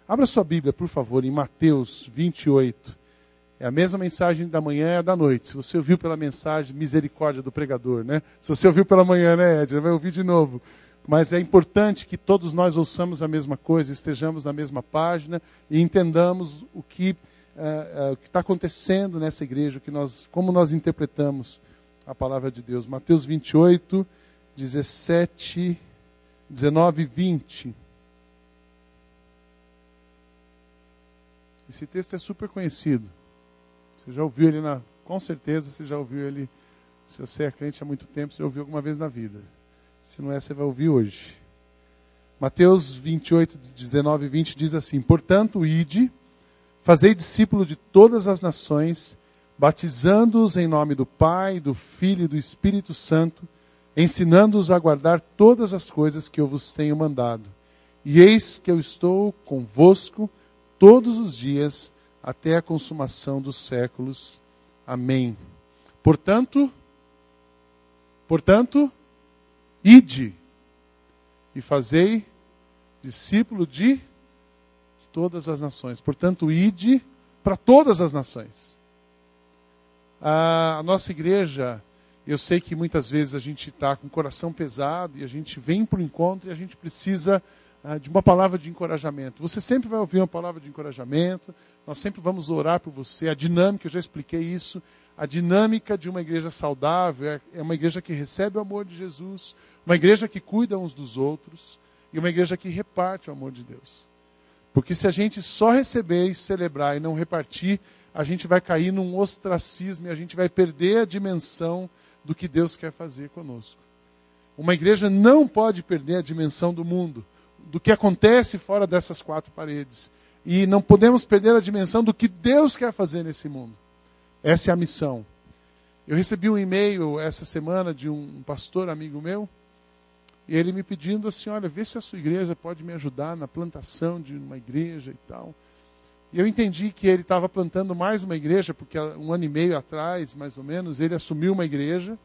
Abra sua Bíblia, por favor, em Mateus 28. É a mesma mensagem da manhã e da noite. Se você ouviu pela mensagem, misericórdia do pregador, né? Se você ouviu pela manhã, né, Ed? Vai ouvir de novo. Mas é importante que todos nós ouçamos a mesma coisa, estejamos na mesma página e entendamos o que está acontecendo nessa igreja, como nós interpretamos a palavra de Deus. Mateus 28, 17, 19 e 20. Esse texto é super conhecido. Você já ouviu ele, com certeza você já ouviu ele. Se você é crente há muito tempo, você já ouviu alguma vez na vida. Se não é, você vai ouvir hoje. Mateus 28, 19 e 20 diz assim: portanto, ide, fazei discípulo de todas as nações, batizando-os em nome do Pai, do Filho e do Espírito Santo, ensinando-os a guardar todas as coisas que eu vos tenho mandado. E eis que eu estou convosco todos os dias, até a consumação dos séculos. Amém. Portanto, ide e fazei discípulo de todas as nações. Portanto, ide para todas as nações. A nossa igreja, eu sei que muitas vezes a gente está com o coração pesado e a gente vem para o encontro e a gente precisa de uma palavra de encorajamento. Você sempre vai ouvir uma palavra de encorajamento, nós sempre vamos orar por você. A dinâmica, eu já expliquei isso, a dinâmica de uma igreja saudável é uma igreja que recebe o amor de Jesus, uma igreja que cuida uns dos outros e uma igreja que reparte o amor de Deus. Porque se a gente só receber e celebrar e não repartir, a gente vai cair num ostracismo e a gente vai perder a dimensão do que Deus quer fazer conosco. Uma igreja não pode perder a dimensão do mundo, do que acontece fora dessas quatro paredes. E não podemos perder a dimensão do que Deus quer fazer nesse mundo. Essa é a missão. Eu recebi um e-mail essa semana de um pastor amigo meu, e ele me pedindo assim, olha, vê se a sua igreja pode me ajudar na plantação de uma igreja e tal. E eu entendi que ele estava plantando mais uma igreja, porque 1 ano e meio atrás, mais ou menos, ele assumiu uma igreja.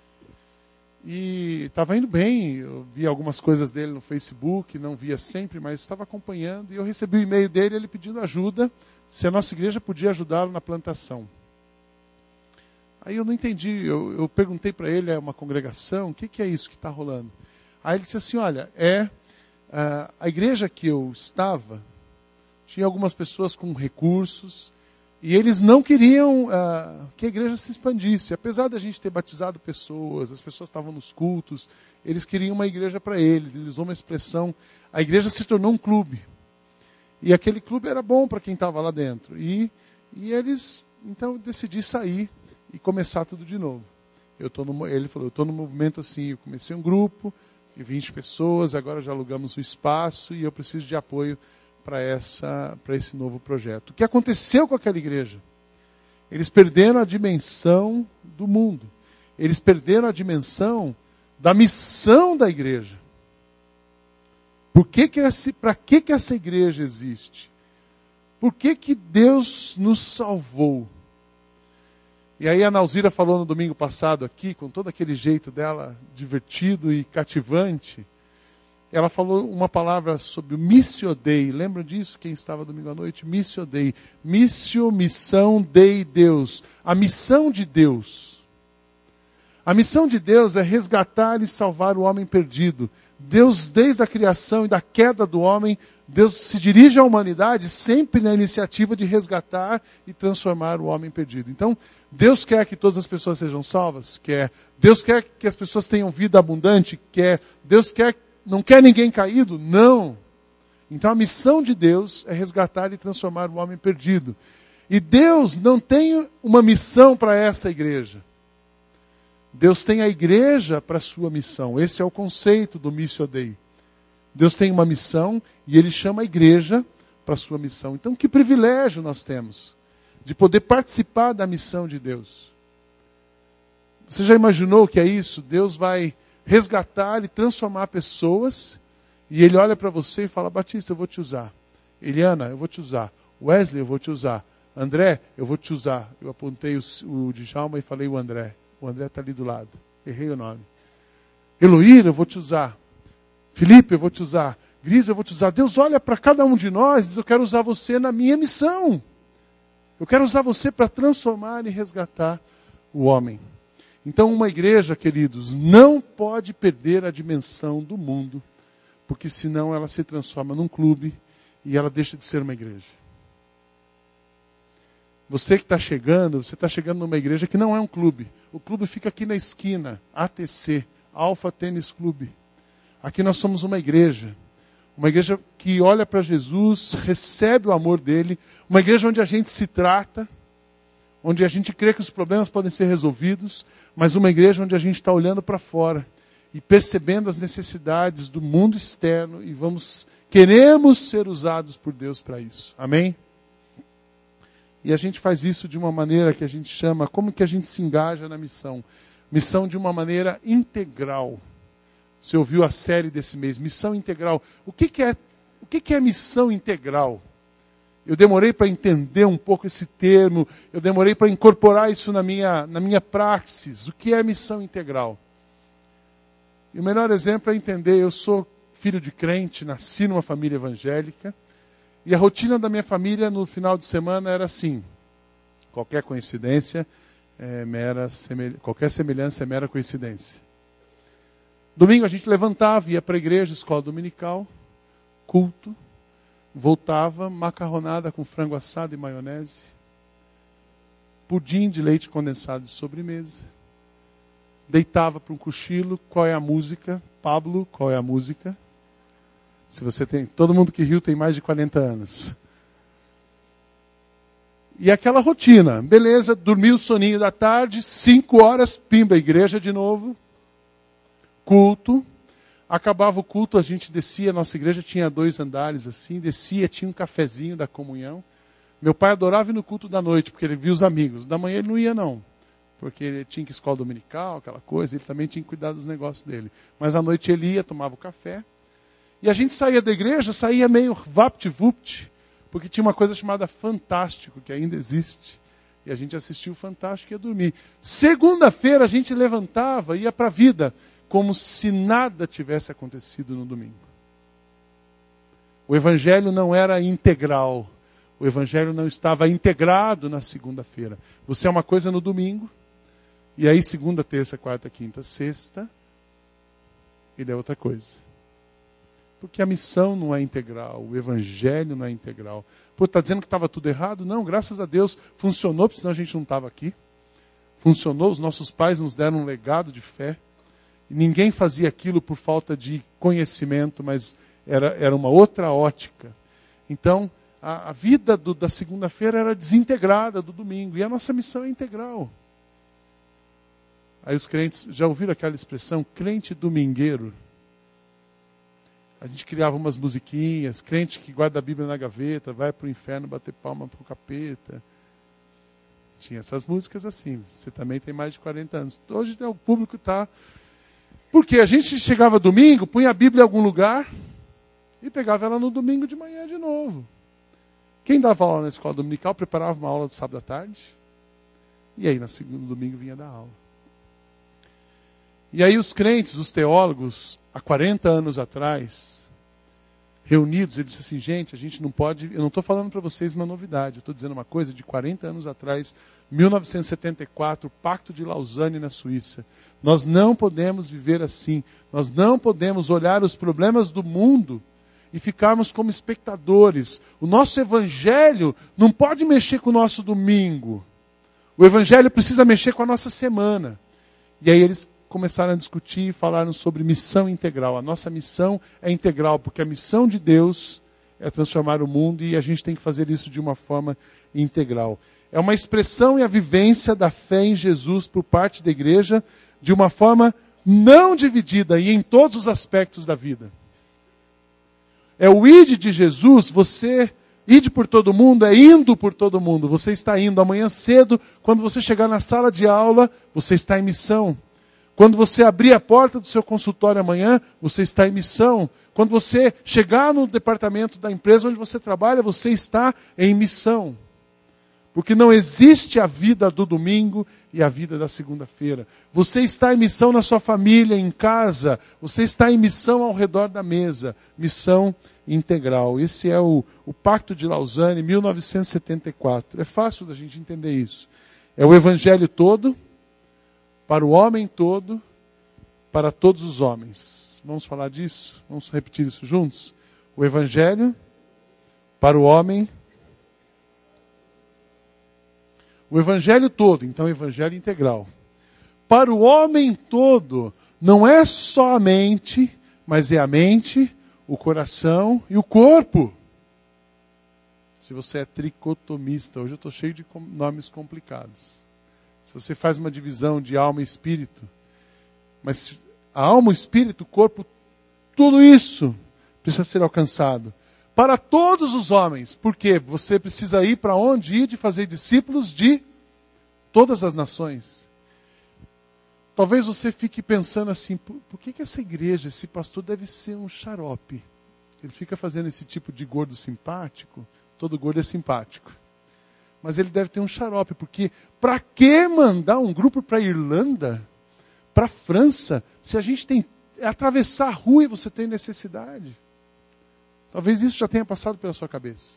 E estava indo bem, eu vi algumas coisas dele no Facebook, não via sempre, mas estava acompanhando. E eu recebi o e-mail dele, ele pedindo ajuda, se a nossa igreja podia ajudá-lo na plantação. Aí eu não entendi, eu perguntei para ele, é uma congregação, o que é isso que está rolando? Aí ele disse assim, olha, a igreja que eu estava, tinha algumas pessoas com recursos, e eles não queriam que a igreja se expandisse. Apesar da gente ter batizado pessoas, as pessoas estavam nos cultos, eles queriam uma igreja para eles. Eles usou uma expressão, a igreja se tornou um clube. E aquele clube era bom para quem estava lá dentro. E eles, então eu decidi sair e começar tudo de novo. Ele falou, eu estou no movimento assim, eu comecei um grupo, de 20 pessoas, agora já alugamos o espaço e eu preciso de apoio para esse novo projeto. O que aconteceu com aquela igreja? Eles perderam a dimensão do mundo. Eles perderam a dimensão da missão da igreja. Para que essa igreja existe? Por que Deus nos salvou? E aí a Nauzira falou no domingo passado aqui, com todo aquele jeito dela, divertido e cativante, ela falou uma palavra sobre o Missio Dei. Lembra disso? Quem estava domingo à noite? Missio Dei. Missio, missão, Dei, Deus. A missão de Deus. A missão de Deus é resgatar e salvar o homem perdido. Deus, desde a criação e da queda do homem, Deus se dirige à humanidade sempre na iniciativa de resgatar e transformar o homem perdido. Então, Deus quer que todas as pessoas sejam salvas? Quer. Deus quer que as pessoas tenham vida abundante? Quer. Deus não quer ninguém caído? Não. Então a missão de Deus é resgatar e transformar o homem perdido. E Deus não tem uma missão para essa igreja. Deus tem a igreja para a sua missão. Esse é o conceito do Missio Dei. Deus tem uma missão e Ele chama a igreja para a sua missão. Então que privilégio nós temos de poder participar da missão de Deus. Você já imaginou o que é isso? Deus vai resgatar e transformar pessoas, e Ele olha para você e fala, Batista, eu vou te usar. Eliana, eu vou te usar. Wesley, eu vou te usar. André, eu vou te usar. Eu apontei o Djalma e falei o André. O André está ali do lado. Errei o nome. Eloíra, eu vou te usar. Felipe, eu vou te usar. Gris, eu vou te usar. Deus olha para cada um de nós e diz, eu quero usar você na minha missão. Eu quero usar você para transformar e resgatar o homem. Então, uma igreja, queridos, não pode perder a dimensão do mundo, porque senão ela se transforma num clube e ela deixa de ser uma igreja. Você que está chegando, você está chegando numa igreja que não é um clube. O clube fica aqui na esquina, ATC, Alpha Tênis Clube. Aqui nós somos uma igreja que olha para Jesus, recebe o amor dele, uma igreja onde a gente se trata, onde a gente crê que os problemas podem ser resolvidos, mas uma igreja onde a gente está olhando para fora e percebendo as necessidades do mundo externo e queremos ser usados por Deus para isso. Amém? E a gente faz isso de uma maneira que a gente chama, como que a gente se engaja na missão? Missão de uma maneira integral. Você ouviu a série desse mês, Missão Integral. O que é missão integral? Eu demorei para entender um pouco esse termo, eu demorei para incorporar isso na minha praxis. O que é missão integral? E o melhor exemplo é entender, eu sou filho de crente, nasci numa família evangélica, e a rotina da minha família no final de semana era assim, qualquer coincidência, qualquer semelhança é mera coincidência. Domingo a gente levantava, ia para a igreja, escola dominical, culto, voltava, macarronada com frango assado e maionese, pudim de leite condensado de sobremesa, deitava para um cochilo. Qual é a música? Pablo, qual é a música? Se você tem, todo mundo que riu tem mais de 40 anos. E aquela rotina, beleza, dormi o soninho da tarde, 5 horas, pimba, igreja de novo, culto. Acabava o culto, a gente descia, nossa igreja tinha 2 andares assim, descia, tinha um cafezinho da comunhão. Meu pai adorava ir no culto da noite, porque ele via os amigos. Da manhã ele não ia não, porque ele tinha que ir à escola dominical, aquela coisa, ele também tinha que cuidar dos negócios dele. Mas à noite ele ia, tomava o café. E a gente saía da igreja, saía meio vapt-vupt, porque tinha uma coisa chamada Fantástico, que ainda existe. E a gente assistia o Fantástico e ia dormir. Segunda-feira a gente levantava, ia para a vida, como se nada tivesse acontecido no domingo. O evangelho não era integral. O evangelho não estava integrado na segunda-feira. Você é uma coisa no domingo, e aí segunda, terça, quarta, quinta, sexta, ele é outra coisa. Porque a missão não é integral, o evangelho não é integral. Pô, está dizendo que estava tudo errado? Não, graças a Deus funcionou, porque senão a gente não estava aqui. Funcionou, os nossos pais nos deram um legado de fé. E ninguém fazia aquilo por falta de conhecimento, mas era uma outra ótica. Então, a vida da segunda-feira era desintegrada do domingo, e a nossa missão é integral. Aí os crentes, já ouviram aquela expressão, crente domingueiro? A gente criava umas musiquinhas, crente que guarda a Bíblia na gaveta, vai para o inferno bater palma para o capeta. Tinha essas músicas assim. Você também tem mais de 40 anos. Hoje o público está... Porque a gente chegava domingo, punha a Bíblia em algum lugar e pegava ela no domingo de manhã de novo. Quem dava aula na escola dominical preparava uma aula de sábado à tarde. E aí, no segundo domingo, vinha dar aula. E aí os crentes, os teólogos, há 40 anos atrás, reunidos, eles disseram assim, gente, a gente não pode... Eu não estou falando para vocês uma novidade, eu estou dizendo uma coisa de 40 anos atrás, 1974, o Pacto de Lausanne na Suíça. Nós não podemos viver assim. Nós não podemos olhar os problemas do mundo e ficarmos como espectadores. O nosso evangelho não pode mexer com o nosso domingo. O evangelho precisa mexer com a nossa semana. E aí eles começaram a discutir e falaram sobre missão integral. A nossa missão é integral, porque a missão de Deus é transformar o mundo e a gente tem que fazer isso de uma forma integral. É uma expressão e a vivência da fé em Jesus por parte da igreja de uma forma não dividida e em todos os aspectos da vida. É o ide de Jesus, você ide por todo mundo, é indo por todo mundo. Você está indo amanhã cedo, quando você chegar na sala de aula, você está em missão. Quando você abrir a porta do seu consultório amanhã, você está em missão. Quando você chegar no departamento da empresa onde você trabalha, você está em missão. Porque não existe a vida do domingo e a vida da segunda-feira. Você está em missão na sua família, em casa. Você está em missão ao redor da mesa. Missão integral. Esse é o Pacto de Lausanne, 1974. É fácil da gente entender isso. É o evangelho todo, para o homem todo, para todos os homens. Vamos falar disso? Vamos repetir isso juntos? O evangelho para o homem. O evangelho todo, então o evangelho integral. Para o homem todo, não é só a mente, mas é a mente, o coração e o corpo. Se você é tricotomista, hoje eu estou cheio de nomes complicados. Se você faz uma divisão de alma e espírito, mas a alma, o espírito, o corpo, tudo isso precisa ser alcançado. Para todos os homens, porque você precisa ir para onde? Ir de fazer discípulos de todas as nações. Talvez você fique pensando assim, por que essa igreja, esse pastor deve ser um xarope? Ele fica fazendo esse tipo de gordo simpático, todo gordo é simpático. Mas ele deve ter um xarope, porque para que mandar um grupo para a Irlanda, para a França, se a gente tem atravessar a rua e você tem necessidade? Talvez isso já tenha passado pela sua cabeça.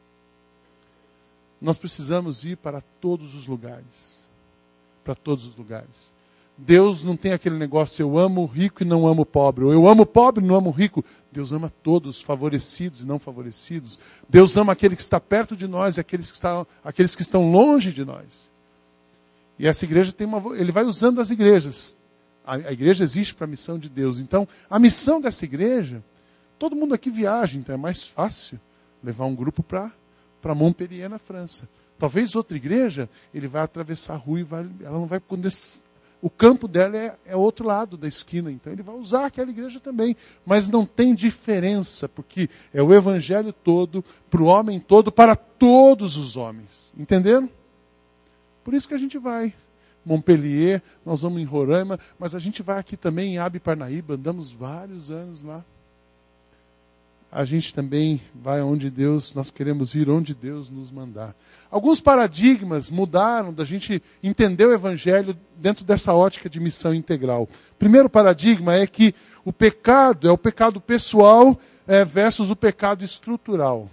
Nós precisamos ir para todos os lugares. Para todos os lugares. Deus não tem aquele negócio, eu amo o rico e não amo o pobre. Ou eu amo o pobre e não amo o rico. Deus ama todos, favorecidos e não favorecidos. Deus ama aquele que está perto de nós e aqueles que estão longe de nós. E essa igreja tem ele vai usando as igrejas. A igreja existe para a missão de Deus. Então, a missão dessa igreja, todo mundo aqui viaja, então é mais fácil levar um grupo para Montpellier, na França. Talvez outra igreja, ele vai atravessar a rua e ela não vai poder. O campo dela é outro lado da esquina, então ele vai usar aquela igreja também. Mas não tem diferença, porque é o evangelho todo, para o homem todo, para todos os homens. Entenderam? Por isso que a gente vai. Montpellier, nós vamos em Roraima, mas a gente vai aqui também em Abi Parnaíba, andamos vários anos lá. A gente também vai onde Deus, nós queremos ir onde Deus nos mandar. Alguns paradigmas mudaram da gente entender o evangelho dentro dessa ótica de missão integral. O primeiro paradigma é que o pecado é o pecado pessoal versus o pecado estrutural.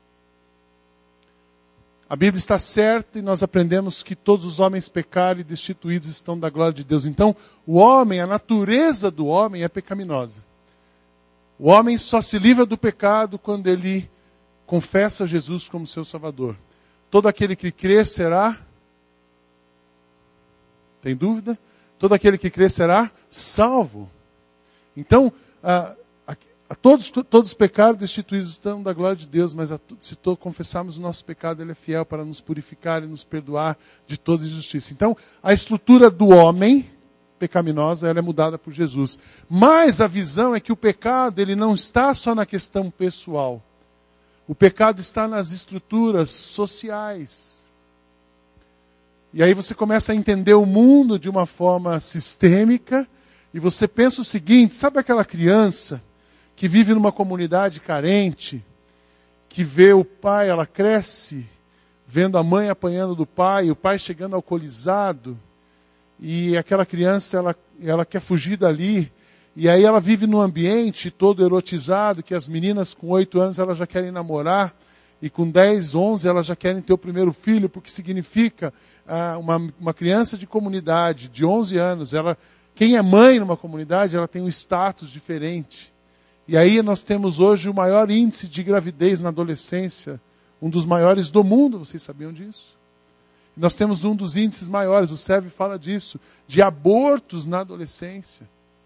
A Bíblia está certa e nós aprendemos que todos os homens pecaram e destituídos estão da glória de Deus. Então, o homem, a natureza do homem é pecaminosa. O homem só se livra do pecado quando ele confessa Jesus como seu Salvador. Todo aquele que crer será... Tem dúvida? Todo aquele que crer será salvo. Então, todos os pecados destituídos estão da glória de Deus, mas se confessarmos o nosso pecado, Ele é fiel para nos purificar e nos perdoar de toda injustiça. Então, a estrutura do homem pecaminosa, ela é mudada por Jesus. Mas a visão é que o pecado, ele não está só na questão pessoal. O pecado está nas estruturas sociais. E aí você começa a entender o mundo de uma forma sistêmica, e você pensa o seguinte, sabe aquela criança que vive numa comunidade carente, que vê o pai, ela cresce, vendo a mãe apanhando do pai, o pai chegando alcoolizado, e aquela criança, ela quer fugir dali, e aí ela vive num ambiente todo erotizado, que as meninas com 8 anos elas já querem namorar, e com 10, 11 elas já querem ter o primeiro filho, porque significa uma criança de comunidade, de 11 anos, quem é mãe numa comunidade, ela tem um status diferente. E aí nós temos hoje o maior índice de gravidez na adolescência, um dos maiores do mundo, vocês sabiam disso? Nós temos um dos índices maiores, o SEV fala disso, de abortos na adolescência.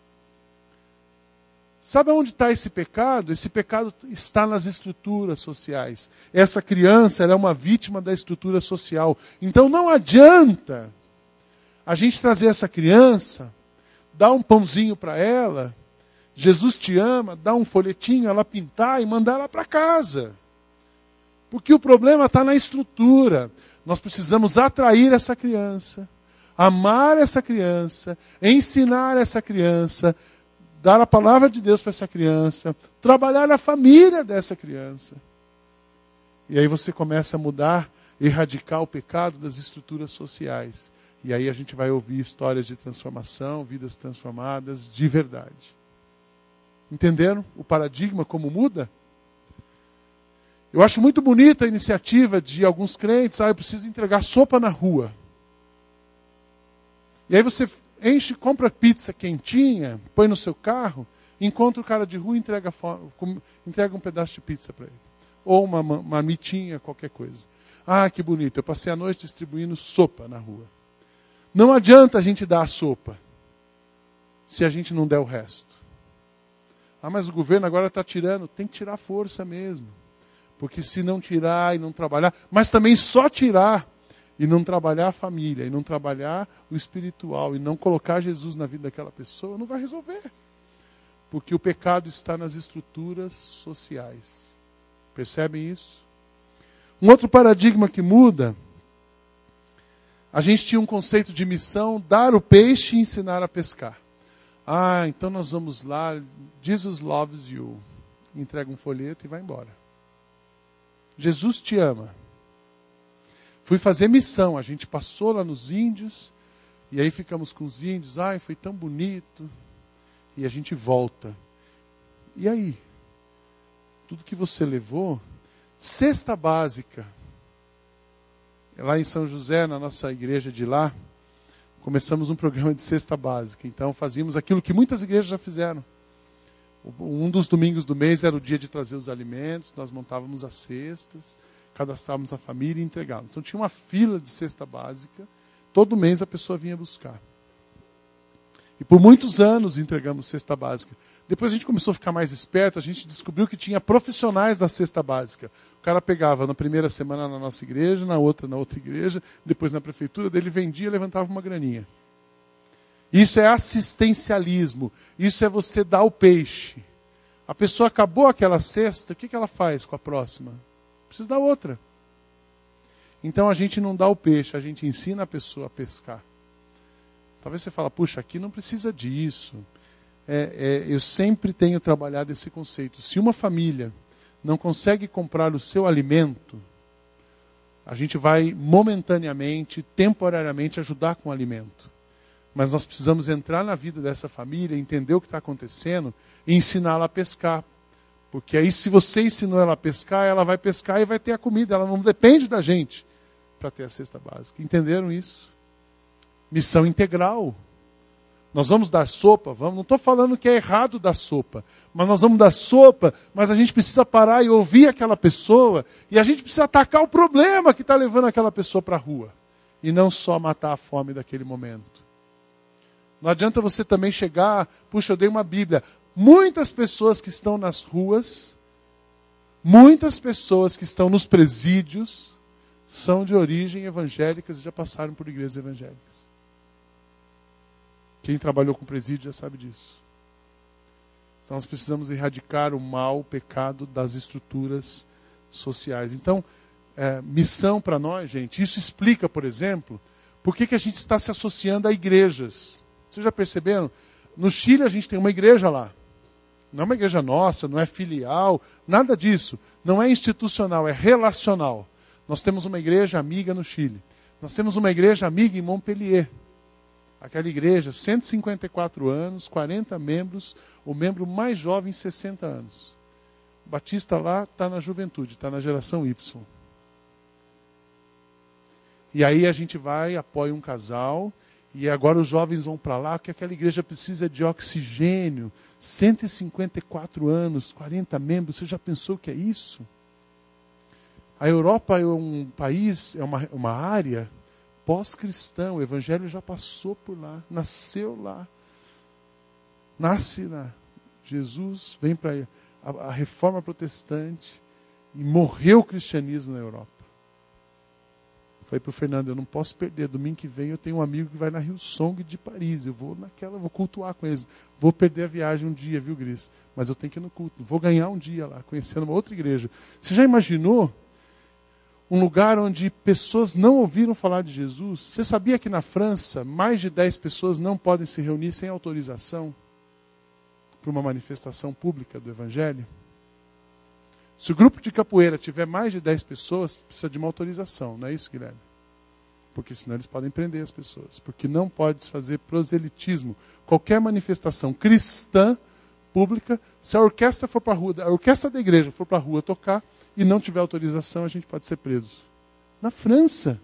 Sabe onde está esse pecado? Esse pecado está nas estruturas sociais. Essa criança ela é uma vítima da estrutura social. Então não adianta a gente trazer essa criança, dar um pãozinho para ela, Jesus te ama, dar um folhetinho, ela pintar e mandar ela para casa. Porque o problema está na estrutura. Nós precisamos atrair essa criança, amar essa criança, ensinar essa criança, dar a palavra de Deus para essa criança, trabalhar na família dessa criança. E aí você começa a mudar erradicar o pecado das estruturas sociais. E aí a gente vai ouvir histórias de transformação, vidas transformadas de verdade. Entenderam o paradigma como muda? Eu acho muito bonita a iniciativa de alguns crentes, eu preciso entregar sopa na rua. E aí você compra pizza quentinha, põe no seu carro, encontra o cara de rua e entrega um pedaço de pizza para ele. Ou uma mitinha, qualquer coisa. Ah, que bonito, eu passei a noite distribuindo sopa na rua. Não adianta a gente dar a sopa, se a gente não der o resto. Mas o governo agora está tirando. Tem que tirar força mesmo. Porque se não tirar e não trabalhar, mas também só tirar e não trabalhar a família, e não trabalhar o espiritual, e não colocar Jesus na vida daquela pessoa, não vai resolver. Porque o pecado está nas estruturas sociais. Percebem isso? Um outro paradigma que muda, a gente tinha um conceito de missão, dar o peixe e ensinar a pescar. Então nós vamos lá, Jesus loves you. Entrega um folheto e vai embora. Jesus te ama. Fui fazer missão, a gente passou lá nos índios, e aí ficamos com os índios, foi tão bonito, e a gente volta. E aí? Tudo que você levou, cesta básica. Lá em São José, na nossa igreja de lá, começamos um programa de cesta básica. Então fazíamos aquilo que muitas igrejas já fizeram. Um dos domingos do mês era o dia de trazer os alimentos, nós montávamos as cestas, cadastrávamos a família e entregávamos. Então tinha uma fila de cesta básica, todo mês a pessoa vinha buscar. E por muitos anos entregamos cesta básica. Depois a gente começou a ficar mais esperto, a gente descobriu que tinha profissionais da cesta básica. O cara pegava na primeira semana na nossa igreja, na outra igreja, depois na prefeitura, dele vendia e levantava uma graninha. Isso é assistencialismo, isso é você dar o peixe. A pessoa acabou aquela cesta, o que ela faz com a próxima? Precisa dar outra. Então a gente não dá o peixe, a gente ensina a pessoa a pescar. Talvez você fale, puxa, aqui não precisa disso. Eu sempre tenho trabalhado esse conceito. Se uma família não consegue comprar o seu alimento, a gente vai momentaneamente, temporariamente ajudar com o alimento. Mas nós precisamos entrar na vida dessa família, entender o que está acontecendo e ensiná-la a pescar. Porque aí se você ensinou ela a pescar, ela vai pescar e vai ter a comida. Ela não depende da gente para ter a cesta básica. Entenderam isso? Missão integral. Nós vamos dar sopa, não estou falando que é errado dar sopa, mas nós vamos dar sopa, mas a gente precisa parar e ouvir aquela pessoa, e a gente precisa atacar o problema que está levando aquela pessoa para a rua, e não só matar a fome daquele momento. Não adianta você também chegar, puxa, eu dei uma Bíblia. Muitas pessoas que estão nas ruas, muitas pessoas que estão nos presídios, são de origem evangélicas e já passaram por igrejas evangélicas. Quem trabalhou com presídio já sabe disso. Então nós precisamos erradicar o mal, o pecado das estruturas sociais. Então, missão para nós, gente, isso explica, por exemplo, por que a gente está se associando a igrejas. Vocês já perceberam? No Chile a gente tem uma igreja lá. Não é uma igreja nossa, não é filial, nada disso. Não é institucional, é relacional. Nós temos uma igreja amiga no Chile. Nós temos uma igreja amiga em Montpellier. Aquela igreja, 154 anos, 40 membros, o membro mais jovem, 60 anos. O Batista lá está na juventude, está na geração Y. E aí a gente vai, apoia um casal, e agora os jovens vão para lá, porque aquela igreja precisa de oxigênio. 154 anos, 40 membros, você já pensou o que é isso? A Europa é um país, é uma área pós-cristã, o evangelho já passou por lá, nasceu lá. Nasce lá. Jesus vem para a reforma protestante e morreu o cristianismo na Europa. Falei para o Fernando, eu não posso perder, domingo que vem eu tenho um amigo que vai na Hillsong de Paris, eu vou cultuar com eles. Vou perder a viagem um dia, viu, Gris? Mas eu tenho que ir no culto, vou ganhar um dia lá, conhecendo uma outra igreja. Você já imaginou um lugar onde pessoas não ouviram falar de Jesus? Você sabia que na França, mais de 10 pessoas não podem se reunir sem autorização para uma manifestação pública do Evangelho? Se o grupo de capoeira tiver mais de 10 pessoas, precisa de uma autorização, não é isso, Guilherme? Porque senão eles podem prender as pessoas. Porque não pode fazer proselitismo. Qualquer manifestação cristã, pública, se a orquestra for para a rua, a orquestra da igreja for para a rua tocar e não tiver autorização, a gente pode ser preso. Na França.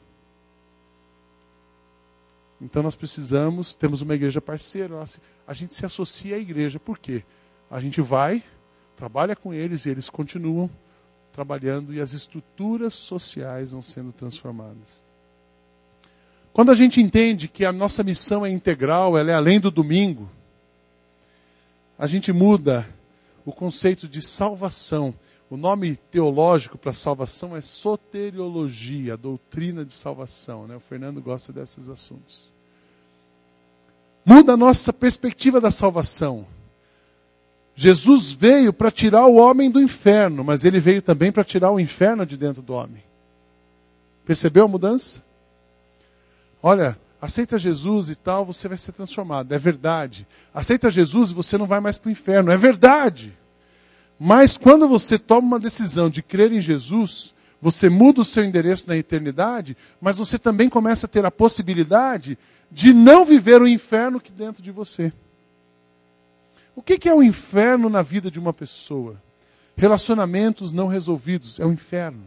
Então nós precisamos, temos uma igreja parceira, a gente se associa à igreja. Por quê? A gente vai, trabalha com eles e eles continuam trabalhando e as estruturas sociais vão sendo transformadas. Quando a gente entende que a nossa missão é integral, ela é além do domingo, a gente muda o conceito de salvação. O nome teológico para salvação é soteriologia, a doutrina de salvação. Né? O Fernando gosta desses assuntos. Muda a nossa perspectiva da salvação. Jesus veio para tirar o homem do inferno, mas ele veio também para tirar o inferno de dentro do homem. Percebeu a mudança? Olha, aceita Jesus e tal, você vai ser transformado. É verdade. Aceita Jesus e você não vai mais para o inferno. É verdade. Mas quando você toma uma decisão de crer em Jesus, você muda o seu endereço na eternidade, mas você também começa a ter a possibilidade de não viver o inferno que dentro de você. O que é o inferno na vida de uma pessoa? Relacionamentos não resolvidos é o inferno.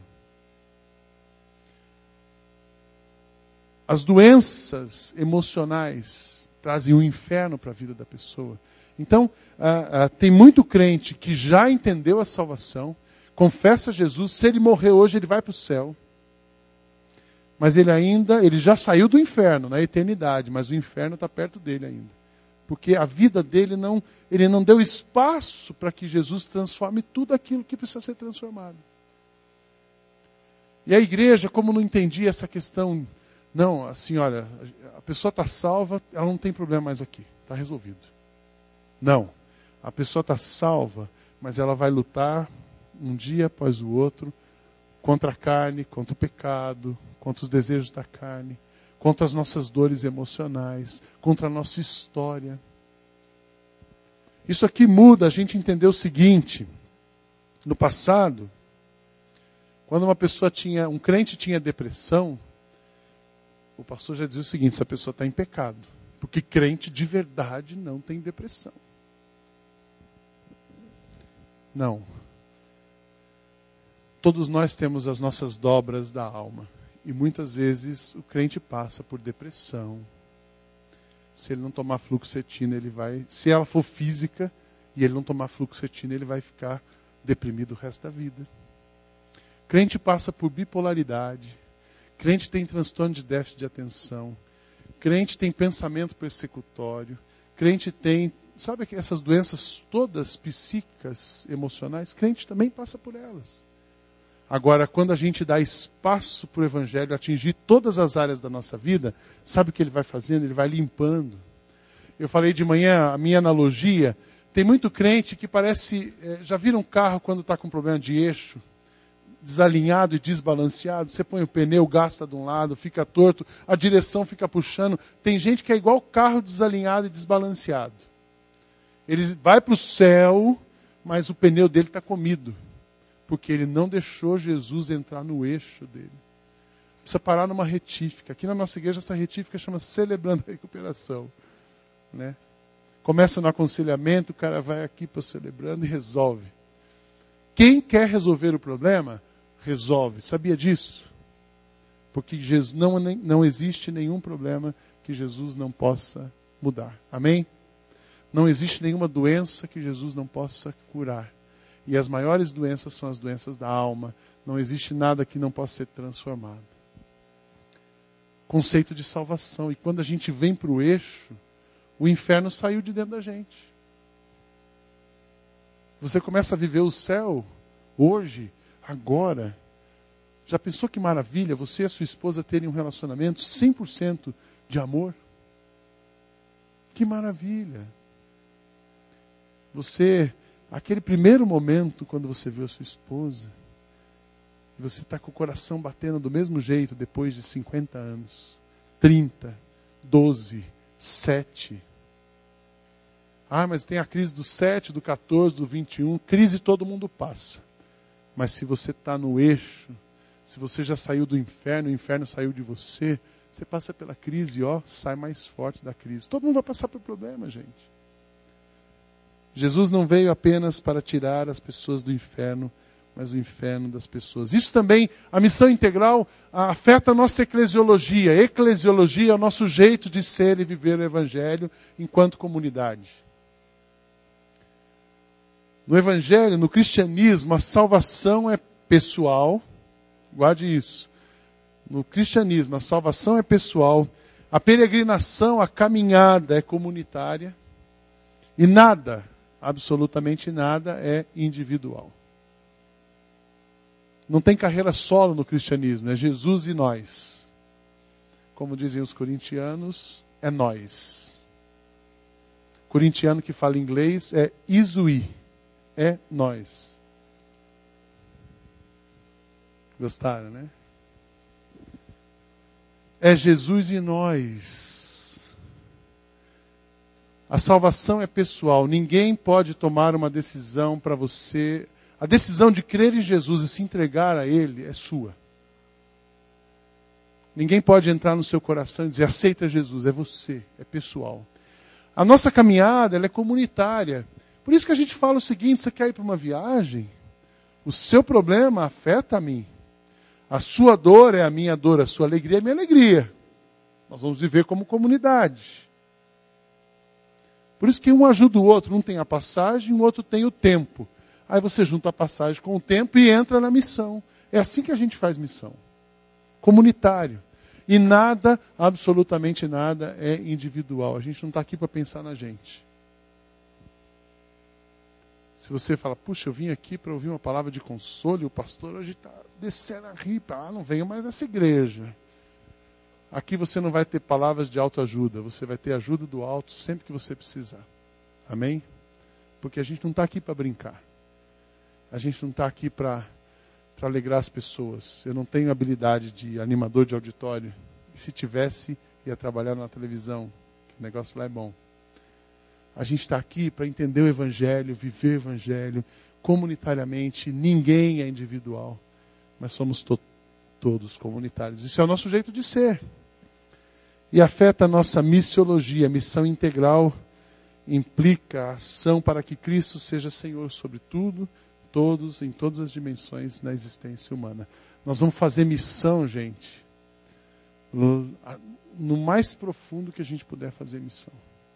As doenças emocionais trazem um inferno para a vida da pessoa. Então, tem muito crente que já entendeu a salvação, confessa Jesus, se ele morrer hoje, ele vai para o céu. Mas ele já saiu do inferno, na eternidade, mas o inferno está perto dele ainda. Porque a vida dele ele não deu espaço para que Jesus transforme tudo aquilo que precisa ser transformado. E a igreja, como não entendia essa questão... Não, assim, olha, a pessoa está salva, ela não tem problema mais aqui, está resolvido. Não, a pessoa está salva, mas ela vai lutar um dia após o outro contra a carne, contra o pecado, contra os desejos da carne, contra as nossas dores emocionais, contra a nossa história. Isso aqui muda a gente entender o seguinte: no passado, quando um crente tinha depressão, o pastor já dizia o seguinte: essa pessoa está em pecado. Porque crente de verdade não tem depressão. Não. Todos nós temos as nossas dobras da alma. E muitas vezes o crente passa por depressão. Se ele não tomar fluoxetina, ele vai... Se ela for física e ele não tomar fluoxetina, ele vai ficar deprimido o resto da vida. Crente passa por bipolaridade. Crente tem transtorno de déficit de atenção. Crente tem pensamento persecutório. Crente tem, sabe que essas doenças todas psíquicas, emocionais, crente também passa por elas. Agora, quando a gente dá espaço para o Evangelho atingir todas as áreas da nossa vida, sabe o que ele vai fazendo? Ele vai limpando. Eu falei de manhã, a minha analogia, tem muito crente que parece... já viram um carro quando está com problema de eixo? Desalinhado e desbalanceado, você põe o pneu, gasta de um lado, fica torto, a direção fica puxando. Tem gente que é igual carro desalinhado e desbalanceado. Ele vai para o céu, mas o pneu dele está comido, porque ele não deixou Jesus entrar no eixo dele. Precisa parar numa retífica. Aqui na nossa igreja, essa retífica chama Celebrando a Recuperação. Né? Começa no aconselhamento, o cara vai aqui para o Celebrando e resolve. Quem quer resolver o problema, resolve. Sabia disso? Porque Jesus, não existe nenhum problema que Jesus não possa mudar. Amém? Não existe nenhuma doença que Jesus não possa curar. E as maiores doenças são as doenças da alma. Não existe nada que não possa ser transformado. Conceito de salvação. E quando a gente vem para o eixo, o inferno saiu de dentro da gente. Você começa a viver o céu hoje, agora. Já pensou que maravilha você e a sua esposa terem um relacionamento 100% de amor? Que maravilha. Aquele primeiro momento quando você viu a sua esposa, e você está com o coração batendo do mesmo jeito depois de 50 anos, 30, 12, 7... mas tem a crise do 7, do 14, do 21. Crise todo mundo passa. Mas se você está no eixo, se você já saiu do inferno, o inferno saiu de você, você passa pela crise e sai mais forte da crise. Todo mundo vai passar por problema, gente. Jesus não veio apenas para tirar as pessoas do inferno, mas o inferno das pessoas. Isso também, a missão integral, afeta a nossa eclesiologia. Eclesiologia é o nosso jeito de ser e viver o Evangelho enquanto comunidade. No Evangelho, no cristianismo, a salvação é pessoal. Guarde isso. No cristianismo, a salvação é pessoal. A peregrinação, a caminhada é comunitária. E nada, absolutamente nada, é individual. Não tem carreira solo no cristianismo, é Jesus e nós. Como dizem os corintianos, é nós. Corintiano que fala inglês é isui, é nós. Gostaram, né? É Jesus e nós. A salvação é pessoal. Ninguém pode tomar uma decisão para você. A decisão de crer em Jesus e se entregar a Ele é sua. Ninguém pode entrar no seu coração e dizer, aceita Jesus, é você, é pessoal. A nossa caminhada, ela é comunitária. Por isso que a gente fala o seguinte, você quer ir para uma viagem? O seu problema afeta a mim. A sua dor é a minha dor, a sua alegria é a minha alegria. Nós vamos viver como comunidade. Por isso que um ajuda o outro, um tem a passagem, o outro tem o tempo. Aí você junta a passagem com o tempo e entra na missão. É assim que a gente faz missão. Comunitário. E nada, absolutamente nada, é individual. A gente não está aqui para pensar na gente. Se você fala, puxa, eu vim aqui para ouvir uma palavra de consolo e o pastor hoje está descendo a ripa. Não venho mais nessa igreja. Aqui você não vai ter palavras de autoajuda. Você vai ter ajuda do alto sempre que você precisar. Amém? Porque a gente não está aqui para brincar. A gente não está aqui para alegrar as pessoas. Eu não tenho habilidade de animador de auditório. E se tivesse, ia trabalhar na televisão. Que o negócio lá é bom. A gente está aqui para entender o Evangelho, viver o Evangelho comunitariamente. Ninguém é individual, mas somos todos comunitários. Isso é o nosso jeito de ser. E afeta a nossa missiologia. Missão integral implica a ação para que Cristo seja Senhor sobre tudo, todos, em todas as dimensões na existência humana. Nós vamos fazer missão, gente, no mais profundo que a gente puder fazer missão.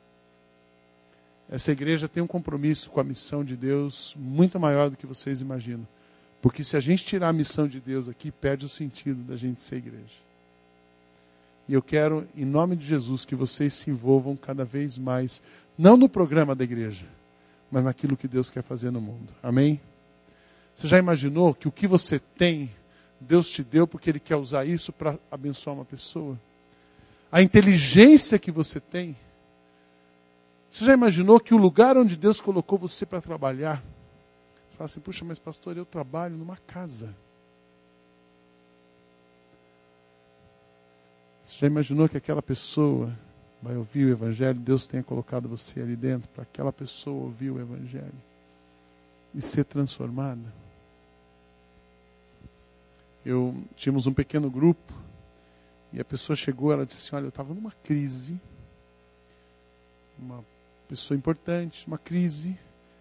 Essa igreja tem um compromisso com a missão de Deus muito maior do que vocês imaginam. Porque se a gente tirar a missão de Deus aqui, perde o sentido da gente ser igreja. E eu quero, em nome de Jesus, que vocês se envolvam cada vez mais, não no programa da igreja, mas naquilo que Deus quer fazer no mundo. Amém? Você já imaginou que o que você tem, Deus te deu porque Ele quer usar isso para abençoar uma pessoa? A inteligência que você tem. Você já imaginou que o lugar onde Deus colocou você para trabalhar, você fala assim, puxa, mas pastor, eu trabalho numa casa. Você já imaginou que aquela pessoa vai ouvir o Evangelho, Deus tenha colocado você ali dentro, para aquela pessoa ouvir o Evangelho e ser transformada? Tínhamos um pequeno grupo, e a pessoa chegou, ela disse assim, olha, eu estava numa crise, uma pessoa importante, uma crise,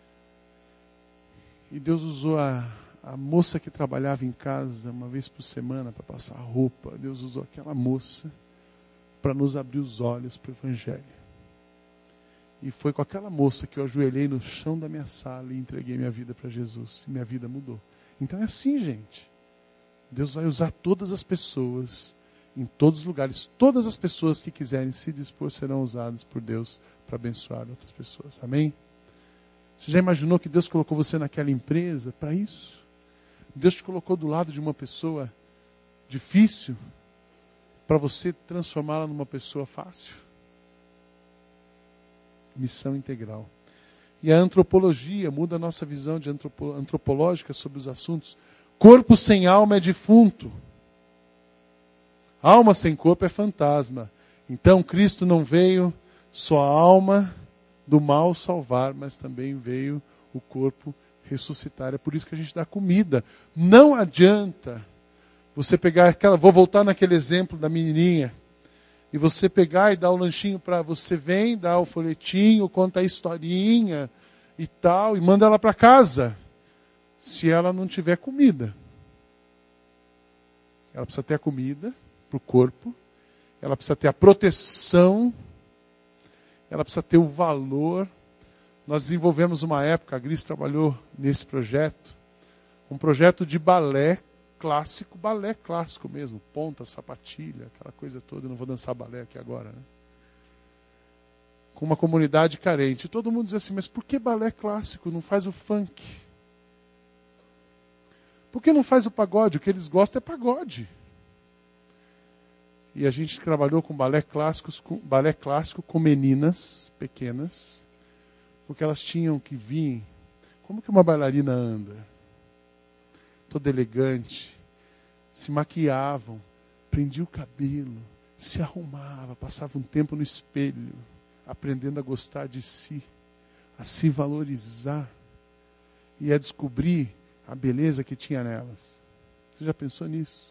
e Deus usou a moça que trabalhava em casa uma vez por semana para passar roupa. Deus usou aquela moça para nos abrir os olhos para o Evangelho. E foi com aquela moça que eu ajoelhei no chão da minha sala e entreguei minha vida para Jesus. E minha vida mudou. Então é assim, gente. Deus vai usar todas as pessoas, em todos os lugares. Todas as pessoas que quiserem se dispor serão usadas por Deus para abençoar outras pessoas. Amém? Você já imaginou que Deus colocou você naquela empresa para isso? Deus te colocou do lado de uma pessoa difícil para você transformá-la numa pessoa fácil? Missão integral. E a antropologia muda a nossa visão de antropológica sobre os assuntos. Corpo sem alma é defunto. Alma sem corpo é fantasma. Então Cristo não veio só a alma do mal salvar, mas também veio o corpo ressuscitar. É por isso que a gente dá comida. Não adianta você pegar aquela... Vou voltar naquele exemplo da menininha. E você pegar e dar o lanchinho para... Você vem, dá o folhetinho, conta a historinha e tal, e manda ela para casa. Se ela não tiver comida. Ela precisa ter a comida para o corpo. Ela precisa ter a proteção. Ela precisa ter o valor. Nós desenvolvemos uma época, a Gris trabalhou nesse projeto, um projeto de balé clássico mesmo, ponta, sapatilha, aquela coisa toda. Eu não vou dançar balé aqui agora, né? Com uma comunidade carente. Todo mundo diz assim, mas por que balé clássico? Não faz o funk? Por que não faz o pagode? O que eles gostam é pagode. E a gente trabalhou com balé clássico com meninas pequenas, porque elas tinham que vir. Como que uma bailarina anda? Toda elegante. Se maquiavam, prendia o cabelo, se arrumava, passava um tempo no espelho, aprendendo a gostar de si, a se valorizar e a descobrir a beleza que tinha nelas. Você já pensou nisso?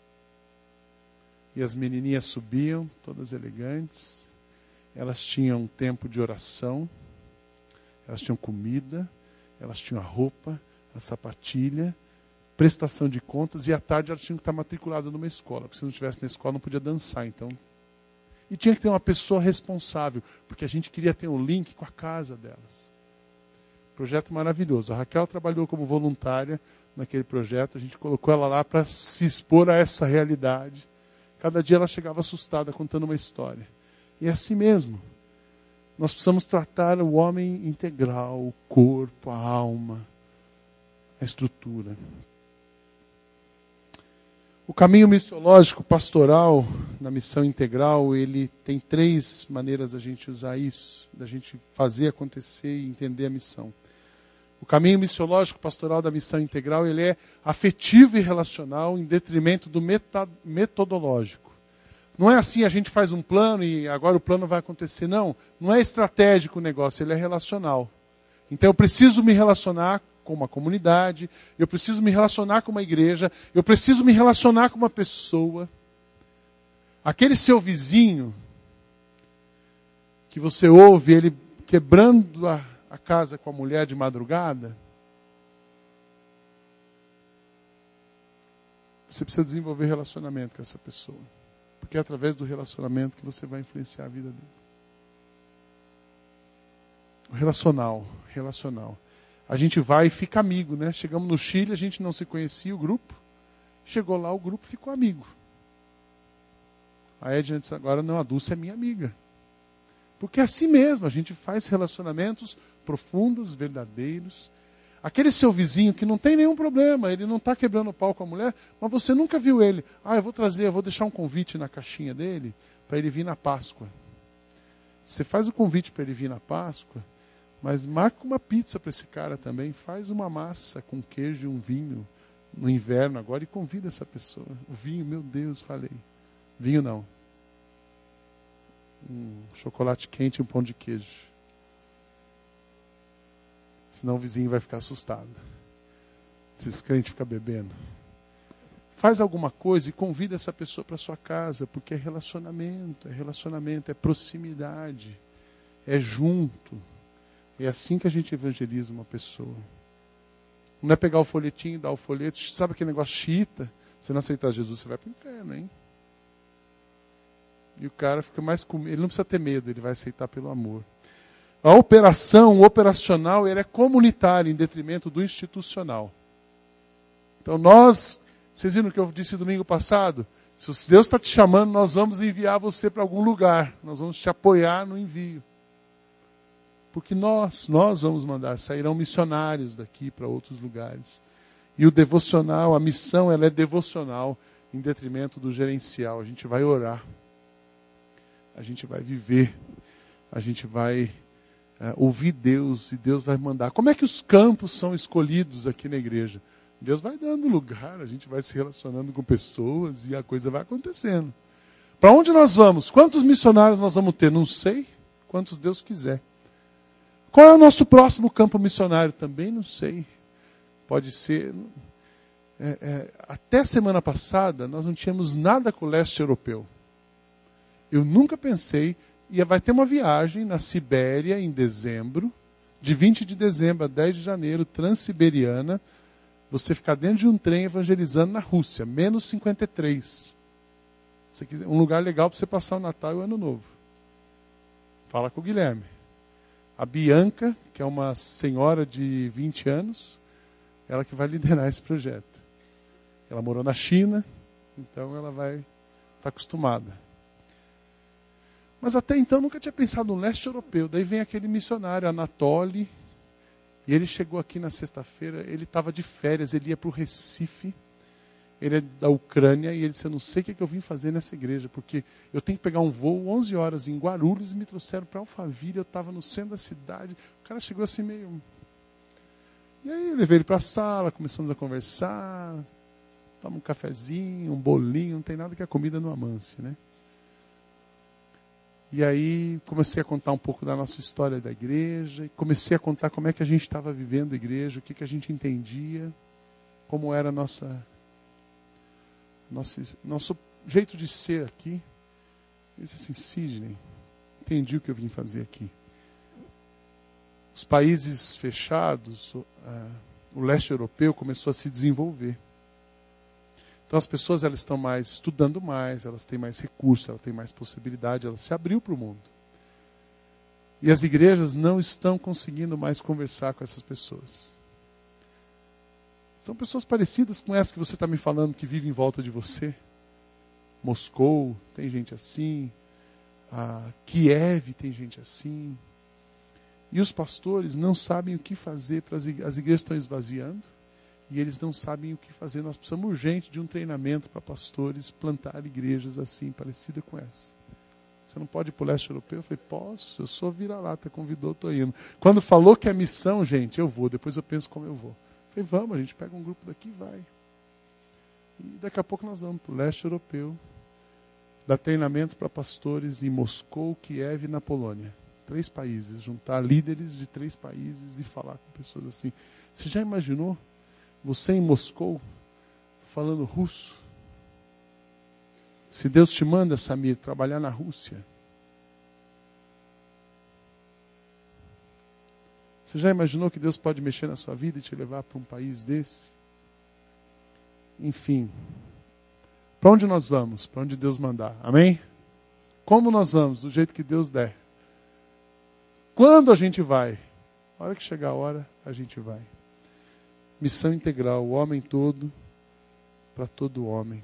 E as menininhas subiam, todas elegantes. Elas tinham um tempo de oração. Elas tinham comida. Elas tinham a roupa, a sapatilha, prestação de contas. E à tarde elas tinham que estar matriculadas numa escola. Porque se não estivesse na escola não podia dançar. Então. E tinha que ter uma pessoa responsável. Porque a gente queria ter um link com a casa delas. Projeto maravilhoso. A Raquel trabalhou como voluntária naquele projeto. A gente colocou ela lá para se expor a essa realidade. Cada dia ela chegava assustada, contando uma história. E é assim mesmo. Nós precisamos tratar o homem integral, o corpo, a alma, a estrutura. O caminho missiológico pastoral na missão integral, ele tem 3 maneiras da gente usar isso, da gente fazer acontecer e entender a missão. O caminho missiológico pastoral da missão integral, ele é afetivo e relacional em detrimento do metodológico. Não é assim, a gente faz um plano e agora o plano vai acontecer. Não é estratégico o negócio, ele é relacional. Então eu preciso me relacionar com uma comunidade, eu preciso me relacionar com uma igreja, eu preciso me relacionar com uma pessoa. Aquele seu vizinho, que você ouve ele quebrando a casa com a mulher de madrugada, você precisa desenvolver relacionamento com essa pessoa. Porque é através do relacionamento que você vai influenciar a vida dele. Relacional. A gente vai e fica amigo, né? Chegamos no Chile, a gente não se conhecia, o grupo. Chegou lá, o grupo ficou amigo. A Edna disse, agora não, a Dulce é minha amiga. Porque é assim mesmo, a gente faz relacionamentos profundos, verdadeiros. Aquele seu vizinho que não tem nenhum problema, ele não está quebrando o pau com a mulher, mas você nunca viu ele. Eu vou deixar um convite na caixinha dele para ele vir na Páscoa. Você faz o convite para ele vir na Páscoa, mas marca uma pizza para esse cara também. Faz uma massa com queijo e um vinho no inverno agora e convida essa pessoa. O vinho, meu Deus, falei. Vinho não. Um chocolate quente e um pão de queijo. Senão o vizinho vai ficar assustado. Esses crentes ficam bebendo. Faz alguma coisa e convida essa pessoa para sua casa, porque é relacionamento, é proximidade, é junto. É assim que a gente evangeliza uma pessoa. Não é pegar o folhetinho, dar o folheto. Sabe aquele negócio xiita? Se não aceitar Jesus, você vai para o inferno, hein? E o cara fica mais com medo. Ele não precisa ter medo, ele vai aceitar pelo amor. A operação, o operacional, ele é comunitário em detrimento do institucional. Então vocês viram o que eu disse domingo passado? Se Deus está te chamando, nós vamos enviar você para algum lugar. Nós vamos te apoiar no envio. Porque nós vamos mandar, sairão missionários daqui para outros lugares. E o devocional, a missão, ela é devocional em detrimento do gerencial. A gente vai orar. A gente vai viver. A gente vai ouvir Deus e Deus vai mandar. Como é que os campos são escolhidos aqui na igreja? Deus vai dando lugar, a gente vai se relacionando com pessoas e a coisa vai acontecendo. Para onde nós vamos? Quantos missionários nós vamos ter? Não sei. Quantos Deus quiser. Qual é o nosso próximo campo missionário? Também não sei. pode ser... até semana passada, nós não tínhamos nada com o leste europeu. Eu nunca pensei... vai ter uma viagem na Sibéria em dezembro, de 20 de dezembro a 10 de janeiro, transsiberiana, você ficar dentro de um trem evangelizando na Rússia, menos 53. Um lugar legal para você passar o Natal e o Ano Novo. Fala com o Guilherme. A Bianca, que é uma senhora de 20 anos, ela que vai liderar esse projeto. Ela morou na China, então ela vai estar acostumada. Mas até então nunca tinha pensado no leste europeu. Daí vem aquele missionário, Anatoly, e ele chegou aqui na sexta-feira, ele estava de férias, ele ia para o Recife, ele é da Ucrânia, e ele disse, eu não sei o que eu vim fazer nessa igreja, porque eu tenho que pegar um voo 11 horas em Guarulhos, e me trouxeram para Alphaville, eu estava no centro da cidade, o cara chegou assim meio... E aí eu levei ele para a sala, começamos a conversar, toma um cafezinho, um bolinho, não tem nada que a comida não amance, né? E aí comecei a contar um pouco da nossa história da igreja, e comecei a contar como é que a gente estava vivendo a igreja, o que a gente entendia, como era nosso jeito de ser aqui. Eu disse assim, Sidney, entendi o que eu vim fazer aqui. Os países fechados, o leste europeu começou a se desenvolver. Então as pessoas elas estão mais estudando mais, elas têm mais recursos, elas têm mais possibilidade, elas se abriu para o mundo. E as igrejas não estão conseguindo mais conversar com essas pessoas. São pessoas parecidas com essa que você está me falando, que vive em volta de você. Moscou, tem gente assim. Kiev, tem gente assim. E os pastores não sabem o que fazer, as igrejas estão esvaziando. E eles não sabem o que fazer. Nós precisamos urgente de um treinamento para pastores plantar igrejas assim, parecida com essa. Você não pode ir para o leste europeu? Eu falei, posso, eu sou vira-lata, convidou, estou indo. Quando falou que é missão, gente, eu vou, depois eu penso como eu vou. Eu falei, vamos, a gente pega um grupo daqui e vai. E daqui a pouco nós vamos para o leste europeu, dar treinamento para pastores em Moscou, Kiev e na Polônia. 3 países, juntar líderes de 3 países e falar com pessoas assim. Você já imaginou? Você em Moscou, falando russo. Se Deus te manda, Samir, trabalhar na Rússia. Você já imaginou que Deus pode mexer na sua vida e te levar para um país desse? Enfim. Para onde nós vamos? Para onde Deus mandar. Amém? Como nós vamos? Do jeito que Deus der. Quando a gente vai? A hora que chegar a hora, a gente vai. Missão integral, o homem todo, para todo homem.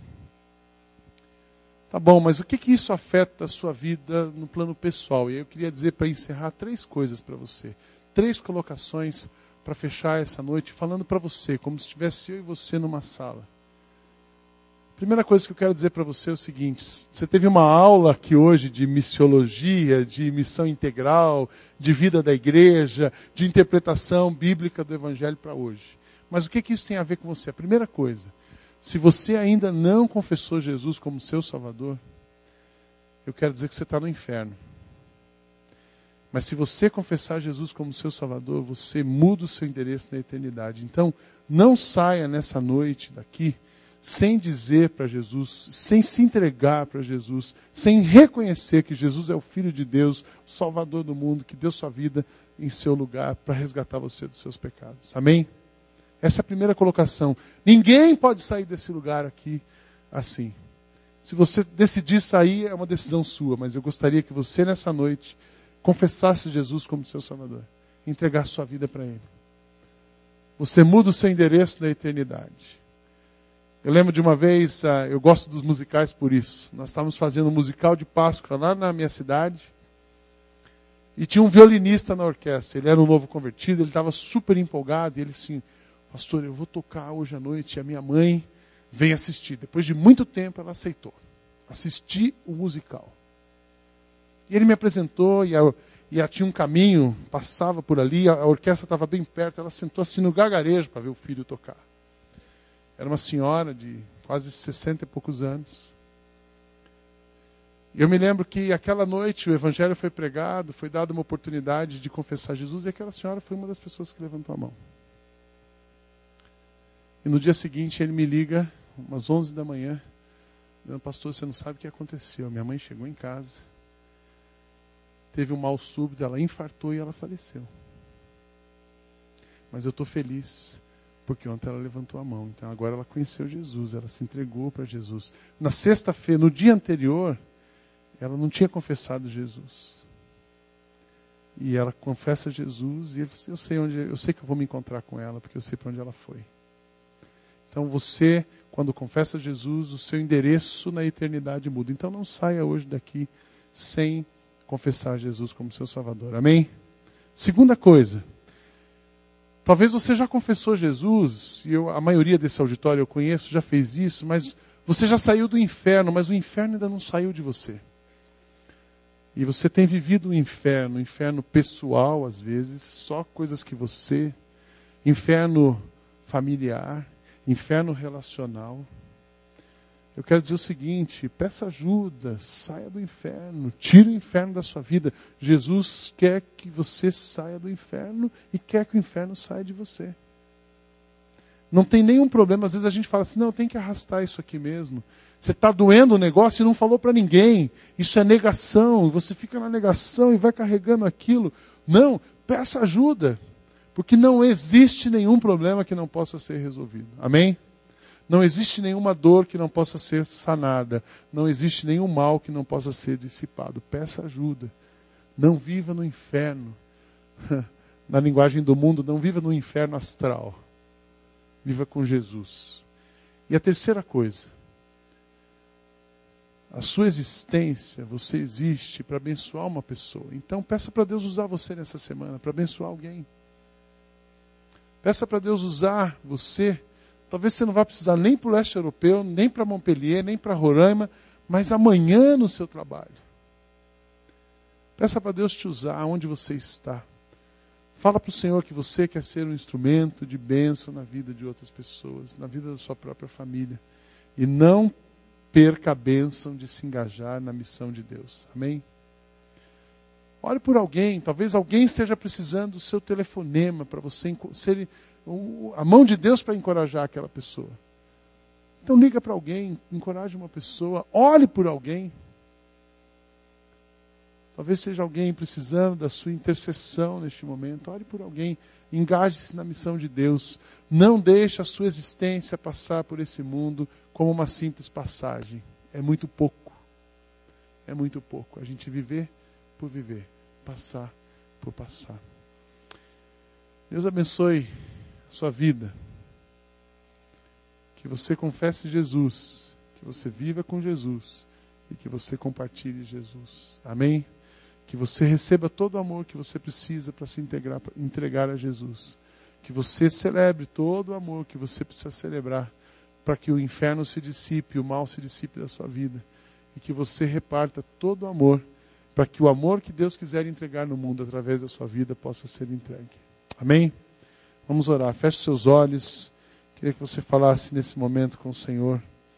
Tá bom, mas o que isso afeta a sua vida no plano pessoal? E eu queria dizer, para encerrar, 3 coisas para você. 3 colocações para fechar essa noite, falando para você, como se estivesse eu e você numa sala. Primeira coisa que eu quero dizer para você é o seguinte, você teve uma aula aqui hoje de missiologia, de missão integral, de vida da igreja, de interpretação bíblica do evangelho para hoje. Mas o que isso tem a ver com você? A primeira coisa, se você ainda não confessou Jesus como seu Salvador, eu quero dizer que você está no inferno. Mas se você confessar Jesus como seu Salvador, você muda o seu endereço na eternidade. Então, não saia nessa noite daqui sem dizer para Jesus, sem se entregar para Jesus, sem reconhecer que Jesus é o Filho de Deus, o Salvador do mundo, que deu sua vida em seu lugar para resgatar você dos seus pecados. Amém? Essa é a primeira colocação. Ninguém pode sair desse lugar aqui assim. Se você decidir sair, é uma decisão sua, mas eu gostaria que você, nessa noite, confessasse Jesus como seu Salvador. Entregasse sua vida para Ele. Você muda o seu endereço na eternidade. Eu lembro de uma vez, eu gosto dos musicais por isso. Nós estávamos fazendo um musical de Páscoa lá na minha cidade. E tinha um violinista na orquestra. Ele era um novo convertido, ele estava super empolgado. E ele assim, pastor, eu vou tocar hoje à noite. E a minha mãe vem assistir. Depois de muito tempo, ela aceitou. Assistir o musical. E ele me apresentou, e tinha um caminho, passava por ali, a orquestra estava bem perto, ela sentou assim no gargarejo para ver o filho tocar. Era uma senhora de quase 60 e poucos anos. E eu me lembro que aquela noite o evangelho foi pregado, foi dada uma oportunidade de confessar Jesus, e aquela senhora foi uma das pessoas que levantou a mão. E no dia seguinte ele me liga, umas 11 da manhã, dizendo: pastor, você não sabe o que aconteceu. Minha mãe chegou em casa, teve um mal súbito, ela infartou e ela faleceu. Mas eu estou feliz, porque ontem ela levantou a mão. Então agora ela conheceu Jesus, ela se entregou para Jesus. Na sexta-feira, no dia anterior, ela não tinha confessado Jesus. E ela confessa Jesus e ele falou assim: eu sei que eu vou me encontrar com ela, porque eu sei para onde ela foi. Então você, quando confessa Jesus, o seu endereço na eternidade muda. Então não saia hoje daqui sem confessar Jesus como seu Salvador. Amém? Segunda coisa. Talvez você já confessou Jesus, e a maioria desse auditório eu conheço, já fez isso, mas você já saiu do inferno, mas o inferno ainda não saiu de você. E você tem vivido o inferno pessoal às vezes, só coisas que você, inferno familiar, inferno relacional. Eu quero dizer o seguinte: peça ajuda, saia do inferno, tire o inferno da sua vida. Jesus quer que você saia do inferno e quer que o inferno saia de você. Não tem nenhum problema. Às vezes a gente fala assim: não, eu tenho que arrastar isso aqui mesmo. Você está doendo o negócio e não falou para ninguém. Isso é negação. Você fica na negação e vai carregando aquilo. Não, peça ajuda. Porque não existe nenhum problema que não possa ser resolvido. Amém? Não existe nenhuma dor que não possa ser sanada. Não existe nenhum mal que não possa ser dissipado. Peça ajuda. Não viva no inferno. Na linguagem do mundo, não viva no inferno astral. Viva com Jesus. E a terceira coisa. A sua existência, você existe para abençoar uma pessoa. Então peça para Deus usar você nessa semana, para abençoar alguém. Peça para Deus usar você. Talvez você não vá precisar nem para o leste europeu, nem para Montpellier, nem para Roraima, mas amanhã no seu trabalho. Peça para Deus te usar onde você está. Fala para o Senhor que você quer ser um instrumento de bênção na vida de outras pessoas, na vida da sua própria família. E não perca a bênção de se engajar na missão de Deus. Amém? Ore por alguém, talvez alguém esteja precisando do seu telefonema para você ser a mão de Deus para encorajar aquela pessoa. Então liga para alguém, encoraje uma pessoa, ore por alguém. Talvez seja alguém precisando da sua intercessão neste momento. Ore por alguém, engaje-se na missão de Deus. Não deixe a sua existência passar por esse mundo como uma simples passagem. É muito pouco. É muito pouco. A gente viver por viver, passar por passar. Deus abençoe a sua vida. Que você confesse Jesus, que você viva com Jesus e que você compartilhe Jesus. Amém? Que você receba todo o amor que você precisa para se entregar a Jesus. Que você celebre todo o amor que você precisa celebrar para que o inferno se dissipe, o mal se dissipe da sua vida. E que você reparta todo o amor para que o amor que Deus quiser entregar no mundo através da sua vida possa ser entregue. Amém? Vamos orar. Feche seus olhos. Queria que você falasse nesse momento com o Senhor.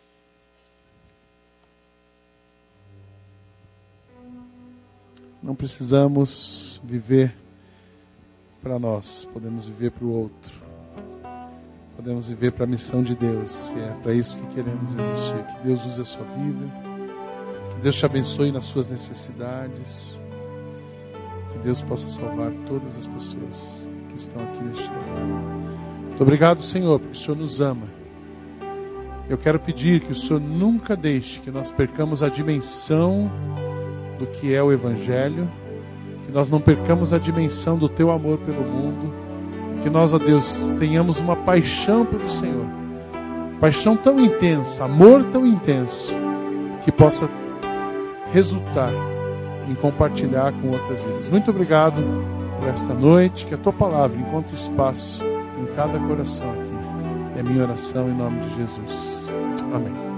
Não precisamos viver para nós, podemos viver para o outro. Podemos viver para a missão de Deus. É para isso que queremos existir. Que Deus use a sua vida. Que Deus te abençoe nas suas necessidades. Que Deus possa salvar todas as pessoas que estão aqui neste lugar. Muito obrigado, Senhor, porque o Senhor nos ama. Eu quero pedir que o Senhor nunca deixe que nós percamos a dimensão do que é o Evangelho, que nós não percamos a dimensão do Teu amor pelo mundo, e que nós, ó Deus, tenhamos uma paixão pelo Senhor, paixão tão intensa, amor tão intenso, que possa resultar em compartilhar com outras vidas. Muito obrigado por esta noite, que a Tua palavra encontre espaço em cada coração aqui. É a minha oração em nome de Jesus. Amém.